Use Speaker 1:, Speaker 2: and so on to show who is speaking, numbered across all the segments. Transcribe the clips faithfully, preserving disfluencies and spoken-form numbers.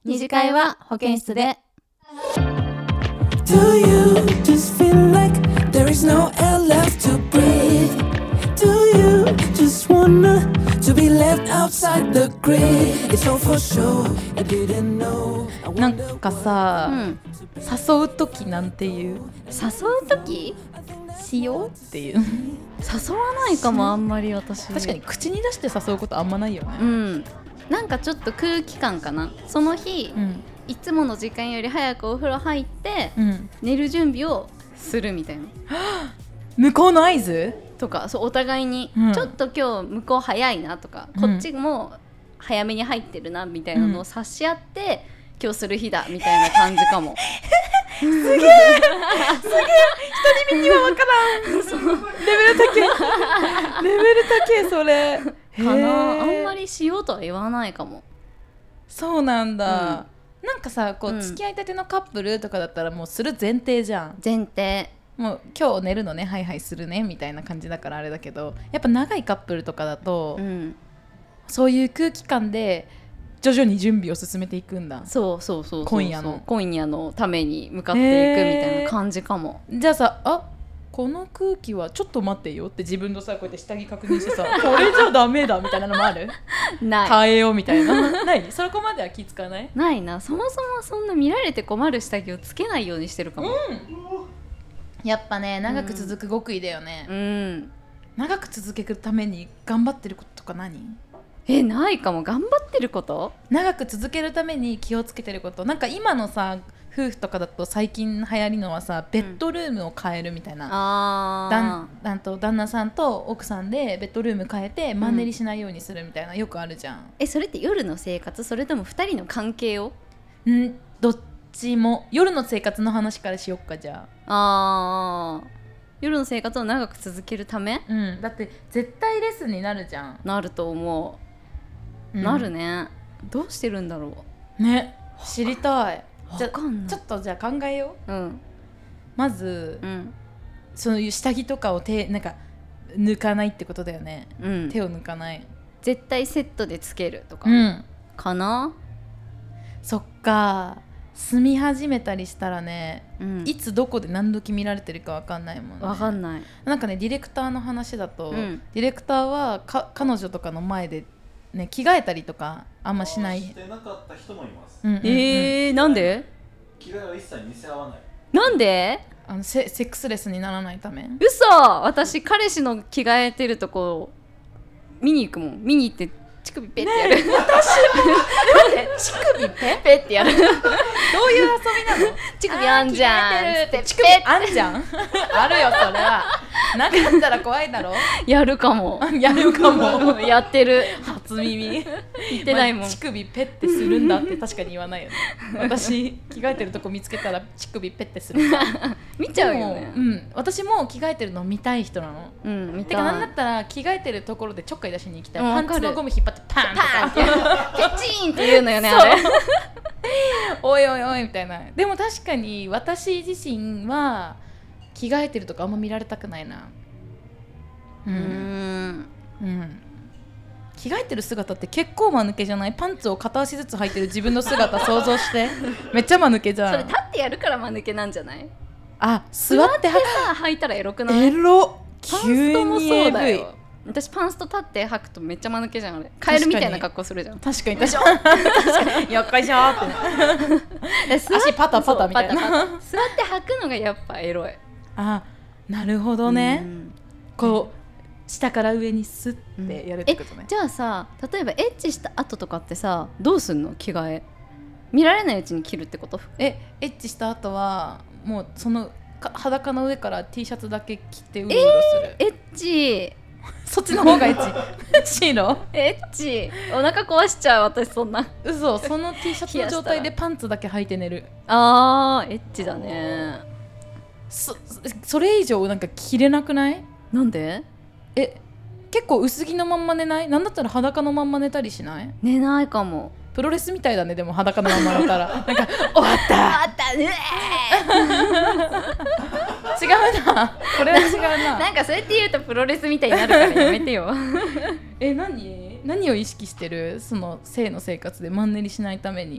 Speaker 1: 二次会は保健室で。
Speaker 2: Do you just feel like there is no air left to breathe? Do you just wanna to be left outside the grid? It's all for sure, you didn't know.
Speaker 3: なんかさ、
Speaker 1: うん、
Speaker 3: 誘うときなんていう？
Speaker 1: 誘うとき
Speaker 3: しようっていう
Speaker 1: 誘わないかもあんまり私。
Speaker 3: 確かに口に出して誘うことあんまないよね。
Speaker 1: うん、なんかちょっと空気感かな。その日、うん、いつもの時間より早くお風呂入って、うん、寝る準備をするみたいな
Speaker 3: 向こうの合図
Speaker 1: とか、そうお互いに、うん、ちょっと今日向こう早いなとか、うん、こっちも早めに入ってるなみたいなのを察し合って、うん、今日する日だみたいな感じかも
Speaker 3: すげえすげえ一人身には分からんレベル高いレベル高いそれ
Speaker 1: かな。あんまりしようとは言わないかも。
Speaker 3: そうなんだ、うん、なんかさこう、うん、付き合いたてのカップルとかだったらもうする前提じゃん。
Speaker 1: 前提。
Speaker 3: もう今日寝るのね、はいはいするねみたいな感じだからあれだけど、やっぱ長いカップルとかだと、うん、そういう空気感で徐々に準備を進めていくんだ。
Speaker 1: そうそうそうそう、
Speaker 3: 今夜の
Speaker 1: 今夜のために向かっていくみたいな感じかも。
Speaker 3: じゃあさ、あこの空気はちょっと待ってよって自分のさこうやって下着確認してさこれじゃダメだみたいなのもある
Speaker 1: ない
Speaker 3: 変えようみたいなないそこまでは気使わない
Speaker 1: ないな。そもそもそんな見られて困る下着をつけないようにしてるかも、うん、
Speaker 3: やっぱね長く続く極意だよね、
Speaker 1: うんうん、
Speaker 3: 長く続けるために頑張ってることとか何？
Speaker 1: えないかも。頑張ってること、
Speaker 3: 長く続けるために気をつけてること。なんか今のさ夫婦とかだと最近流行りのはさベッドルームを変えるみたいな、うん、あだんと旦那さんと奥さんでベッドルーム変えてマンネリしないようにするみたいな、うん、よくあるじゃん。
Speaker 1: えそれって夜の生活それともふたりの関係を？
Speaker 3: んどっちも。夜の生活の話からしよっか。じゃ
Speaker 1: ああ夜の生活を長く続けるため、
Speaker 3: うん、だって絶対レッスンになるじゃん。
Speaker 1: なると思う、うん、なるね。どうしてるんだろ
Speaker 3: うね。知りたい。
Speaker 1: じゃち
Speaker 3: ょっとじゃあ考えよう、うん、まず、うん、そういう下着とかを手なんか抜かないってことだよね、うん、手を抜かない。
Speaker 1: 絶対セットでつけるとか、うん、かな。
Speaker 3: そっか。住み始めたりしたらね、うん、いつどこで何時見られてるか分かんないもんね。
Speaker 1: 分かんない。
Speaker 3: なんかねディレクターの話だと、うん、ディレクターはか彼女とかの前でね、着替えたりとかあんましない。
Speaker 4: してなかった人もいます、
Speaker 3: うんうんうん、
Speaker 1: えー、なんで？
Speaker 4: 着替えは一切見せ合わない。
Speaker 1: なんで？
Speaker 3: あの セ, セックスレスにならないため。
Speaker 1: 嘘。私彼氏の着替えてるとこ見に行くもん。見に行って乳首ペッてやる、ね、
Speaker 3: 私もなんで乳首ペ
Speaker 1: ペッてやるどういう遊
Speaker 3: びなの？
Speaker 1: 乳首あんじゃん
Speaker 3: って乳首あんじゃんあるよそれは。なかったら怖いだろ
Speaker 1: やるかも
Speaker 3: やるかも
Speaker 1: やってる。
Speaker 3: 初耳
Speaker 1: 言ってないもん、まあ、
Speaker 3: 乳首ペッてするんだって確かに言わないよね私着替えてるとこ見つけたら乳首ペッてする
Speaker 1: 見ちゃうよね。
Speaker 3: うん、私も着替えてるの見たい人なの、うん、見たい。てかなんだったら着替えてるところでちょっかい出しに行きたい、うん、パンツのゴム引っ張ってパン
Speaker 1: パンってペチンって言うのよねあれ
Speaker 3: おいおいおいみたいな。でも確かに私自身は着替えてるとかあんま見られたくないな。うん、うーん、うん、着替えてる姿って結構間抜けじゃない？パンツを片足ずつ履いてる自分の姿想像してめっちゃ間抜けじゃん。
Speaker 1: それ立ってやるから間抜けなんじゃない？
Speaker 3: あ、座って
Speaker 1: さ履いたらエロくない？
Speaker 3: エロ。
Speaker 1: パンストもそうだよ。私パンスト立って履くとめっちゃ間抜けじゃん。あれカエルみたいな格好するじゃん。
Speaker 3: 確かに確かに確かによっこいしょーってね足パタパタみたいな。
Speaker 1: パタパタ座って履くのがやっぱエロい。
Speaker 3: あ、なるほどね、うん、こう下から上にスッてやるってことね、
Speaker 1: うん、じゃあさ例えばエッチした後とかってさどうすんの？着替え見られないうちに着るってこと？
Speaker 3: えエッチした後はもうその裸の上から T シャツだけ着てうろうろする。
Speaker 1: えー、エッチ
Speaker 3: そっちの方がエッチエッチの
Speaker 1: エッチお腹壊しちゃう私そんな。
Speaker 3: 嘘。その T シャツの状態でパンツだけ履いて寝る。
Speaker 1: あーエッチだね。
Speaker 3: そ, それ以上なんか着れなくない？
Speaker 1: なんで？
Speaker 3: え結構薄着のまんま寝ない？なんだったら裸のまんま寝たりしない？
Speaker 1: 寝ないかも。
Speaker 3: プロレスみたいだね。でも裸のまんま寝たらなんか終わった終わったね違うな。これは違うな
Speaker 1: なんかそうやって言うとプロレスみたいになるからやめてよえ
Speaker 3: 何何を意識してる？その性の生活でマンネリしないために。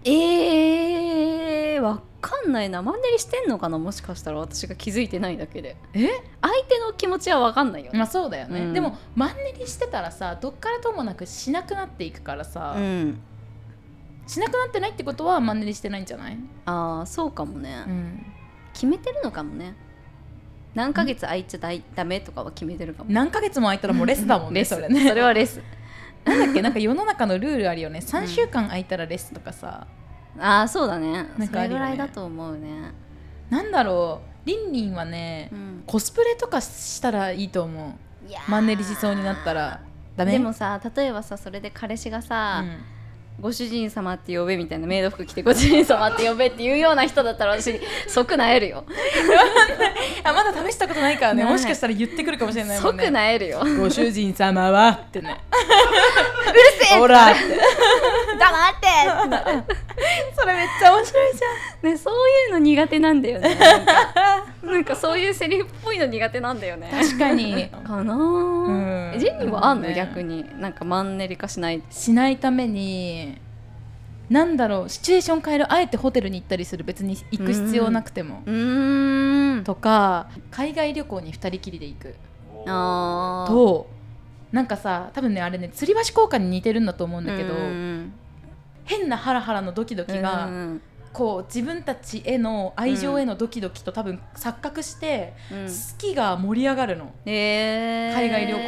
Speaker 1: えー、わかんないな。マンネリしてんのかな、もしかしたら私が気づいてないだけで。
Speaker 3: え
Speaker 1: 相手の気持ちはわかんないよね。
Speaker 3: まあそうだよね、
Speaker 1: うん、
Speaker 3: でもマンネリしてたらさどっからともなくしなくなっていくからさ、
Speaker 1: うん、
Speaker 3: しなくなってないってことはマンネリしてないんじゃない？
Speaker 1: ああそうかもね、
Speaker 3: うん、
Speaker 1: 決めてるのかもね。何ヶ月空いちゃだいダメとかは決めてるかも。
Speaker 3: 何ヶ月も空いたらもうレスだもんね
Speaker 1: レス
Speaker 3: それね。
Speaker 1: それはレス。
Speaker 3: なんだっけ、なんか世の中のルールあるよね。さんしゅうかん空いたらレスとかさ、
Speaker 1: うん、ああそうだね。
Speaker 3: なんかあるよね。
Speaker 1: それぐらいだと思うね。
Speaker 3: なんだろう、リンリンはね、うん、コスプレとかしたらいいと思う。いやマンネリしそうになったらダメ。
Speaker 1: でもさ、例えばさ、それで彼氏がさ、うんご主人様って呼べみたいな、メイド服着てご主人様って呼べっていうような人だったら私即なえるよ。
Speaker 3: あまだ試したことないからね、もしかしたら言ってくるかもしれないもんね。
Speaker 1: 即なえるよ。
Speaker 3: ご主人様はってね
Speaker 1: うるせえ
Speaker 3: ほらって
Speaker 1: 黙ってってなる。
Speaker 3: それめっちゃ面白いじ
Speaker 1: ゃん、ね、そういうの苦手なんだよね。なんかなんかそういうセリフっぽいの苦手なんだよね。
Speaker 3: 確かに
Speaker 1: かな、うん、ジェニーはあんの、ね、逆になんかマンネリ化しない
Speaker 3: しないためになんだろう、シチュエーション変える、あえてホテルに行ったりする、別に行く必要なくても、うーんとか海外旅行にふたりきりで行くあと、なんかさ多分ねあれね吊り橋効果に似てるんだと思うんだけど、変なハラハラのドキドキがこう自分たちへの愛情へのドキドキと多分錯覚して好きが盛り上がるの、うん、海外旅行って。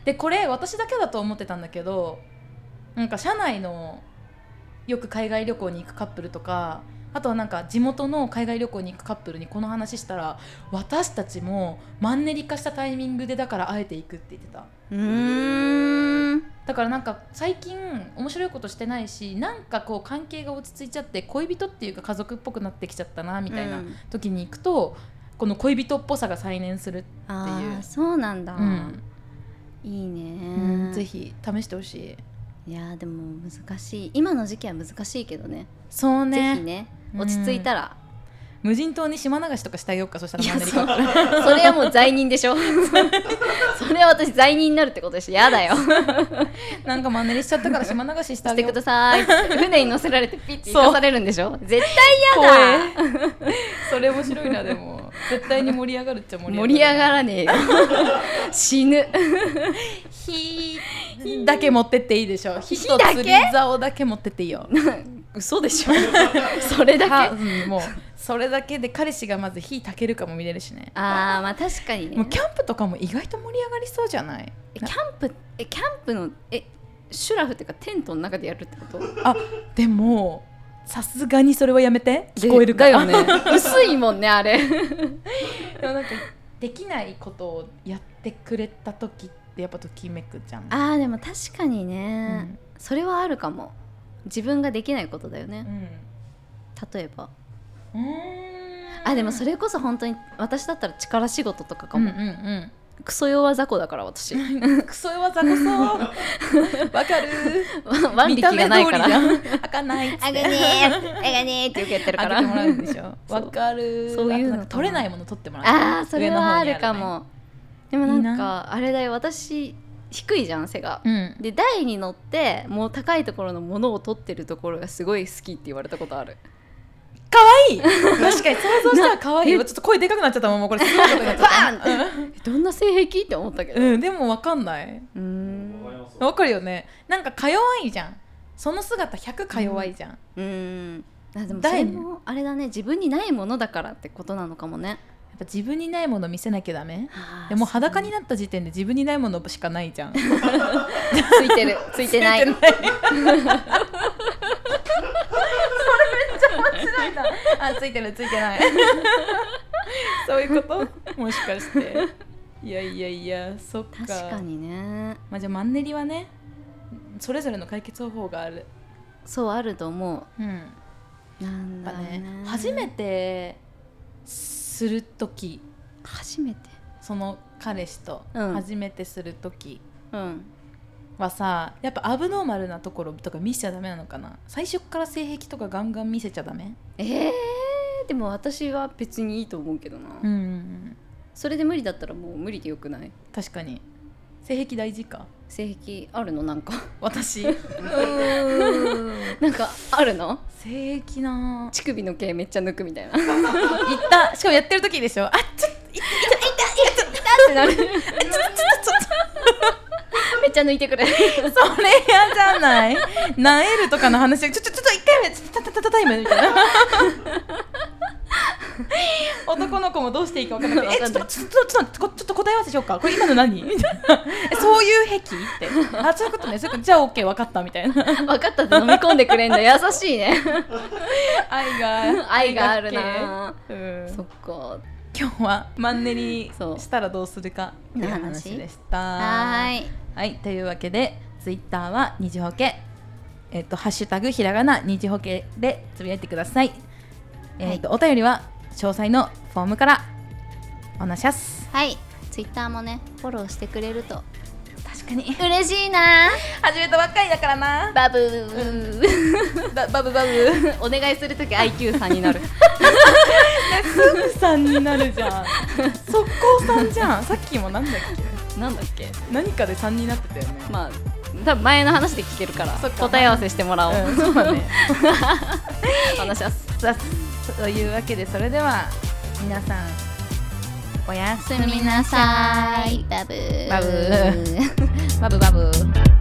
Speaker 3: でこれ私だけだと思ってたんだけど、なんか社内のよく海外旅行に行くカップルとか、あとはなんか地元の海外旅行に行くカップルにこの話したら、私たちもマンネリ化したタイミングでだからあえて行くって言ってた。うーんだからなんか最近面白いことしてないし、なんかこう関係が落ち着いちゃって恋人っていうか家族っぽくなってきちゃったなみたいな時に行くと、この恋人っぽさが再燃するっていう。
Speaker 1: あーそうなんだ、うん、いいね、
Speaker 3: うん、ぜひ試してほしい。
Speaker 1: いやでも難しい、今の時期は難しいけどね。
Speaker 3: そうね、
Speaker 1: ぜひね落ち着いたら、
Speaker 3: うん、無人島に島流しとかしてあげようか。そしたらマンネリ化
Speaker 1: そ, それはもう罪人でしょそれは私罪人になるってことでしょ。やだよ
Speaker 3: なんかマンネリしちゃったから島流ししてあげよう
Speaker 1: してください船に乗せられてピッて行かされるんでしょ。絶対やだ
Speaker 3: それ面白いな。でも絶対に盛り上がるっちゃ盛り上がる。
Speaker 1: 盛り上がらねえよ死ぬ
Speaker 3: 火だけ持ってっていいでしょ。火と釣り竿だけ持ってっていいよ
Speaker 1: 嘘でしょそれだけ、
Speaker 3: うん、もうそれだけで彼氏がまず火焚けるかも見れるしね。
Speaker 1: あーまあ確かにね。
Speaker 3: もうキャンプとかも意外と盛り上がりそうじゃない？
Speaker 1: えキャンプえキャンプのえシュラフっていうかテントの中でやるってこと？
Speaker 3: あでもさすがにそれはやめて、聞こえるから
Speaker 1: だよね薄いもんねあれで
Speaker 3: もなんかできないことをやってくれた時ってやっぱときめくじゃん。
Speaker 1: あーでも確かにね、うん、それはあるかも。自分ができないことだよね、うん、例えばうーんあでもそれこそ本当に私だったら力仕事とかかも、うんうんうん、クソ弱雑魚だから私
Speaker 3: クソ弱雑魚そうわかる
Speaker 1: 腕力がないから
Speaker 3: 開かないっつって
Speaker 1: あがねーあがねーってよくやってるから
Speaker 3: 開けてもらうんでしょわかる。
Speaker 1: そういうの
Speaker 3: 取れないもの取ってもらう。
Speaker 1: あーそれはあるかも。でもなんかあれだよ、私低いじゃん背が、うん、で台に乗ってもう高いところのものを取ってるところがすごい好きって言われたことある。
Speaker 3: かわいい確かに想像したらかわいい。ちょっと声でかくなっちゃった。もうこれすごいことになっちゃった
Speaker 1: バーンってどんな性癖って思ったけど、
Speaker 3: うん、でも分かんない。うーん分かるよね。なんかか弱いじゃん、その姿ひゃくか弱いじゃん。うん、うん
Speaker 1: あでもそれもあれだね、自分にないものだからってことなのかもね。
Speaker 3: やっぱ自分にないもの見せなきゃダメ。でも裸になった時点で自分にないものしかないじゃんつ
Speaker 1: いてるついてないついてないそれめっちゃ
Speaker 3: 面白いなあついてるついてないそういうこともしかしていやいやいやそっか。
Speaker 1: 確かにね。
Speaker 3: まあ、じゃあマンネリはねそれぞれの解決方法がある。
Speaker 1: そうあると思う、うん、
Speaker 3: なんだね。初めてするとき
Speaker 1: 初めて
Speaker 3: その彼氏と初めてするときはさ、うん、やっぱアブノーマルなところとか見せちゃダメなのかな。最初から性癖とかガンガン見せちゃダメ？
Speaker 1: えー、でも私は別にいいと思うけどな、うんうんうん、それで無理だったらもう無理でよくない？
Speaker 3: 確かに性癖大事か。
Speaker 1: 性癖あるの？なんか
Speaker 3: 私うーん
Speaker 1: なんかあるの？
Speaker 3: 性癖な
Speaker 1: 乳首の毛めっちゃ抜くみたいな。い
Speaker 3: 言ったしかもやってる時でしょ。あちょっといたいたいたいた
Speaker 1: ってなる。
Speaker 3: ちょっとちょっとちょっ
Speaker 1: めっちゃ抜いてくれる。
Speaker 3: とそれ嫌じゃない？なえるとかの話でちょちょちょっと一回目ちょっとタタタタタイムみたいな。男の子もどうしていいか分からなくて、え、ちょっとちょっとちょっとちょっと答え合わせしようか。これ今の何？みたいな。え、そういう癖って。あ、そういうことね。そういうことじゃあ OK 分かったみたいな。
Speaker 1: 分かったって飲み込んでくれんだ。優しいね。
Speaker 3: 愛が
Speaker 1: 愛があるな。
Speaker 3: うん、
Speaker 1: そっか。
Speaker 3: 今日はマンネリしたらどうするかっていう話でした。
Speaker 1: はい。
Speaker 3: はい、というわけでツイッターはにじほけ、えっとハッシュタグひらがなにじほけでつぶやいてください。えっと、はい、お便りは詳細のフォームからお願いします。
Speaker 1: はい、ツイッターもねフォローしてくれると
Speaker 3: 確かに
Speaker 1: 嬉しいな。
Speaker 3: 始めたばっかりだからな。
Speaker 1: バブー
Speaker 3: ババブバブ
Speaker 1: お願いするとき アイキュー さんになる。
Speaker 3: すぐさんになるじゃん。速攻さんじゃん。さっきもなんだっけ
Speaker 1: なんだっけ
Speaker 3: 何かでさんになってたよね。
Speaker 1: まあ多分前の話で聞けるから答え合わせしてもらおう。
Speaker 3: うん、そうだね。
Speaker 1: 話します。
Speaker 3: というわけでそれでは皆さんおやすみなさい。
Speaker 1: バブー
Speaker 3: バブーバブバブ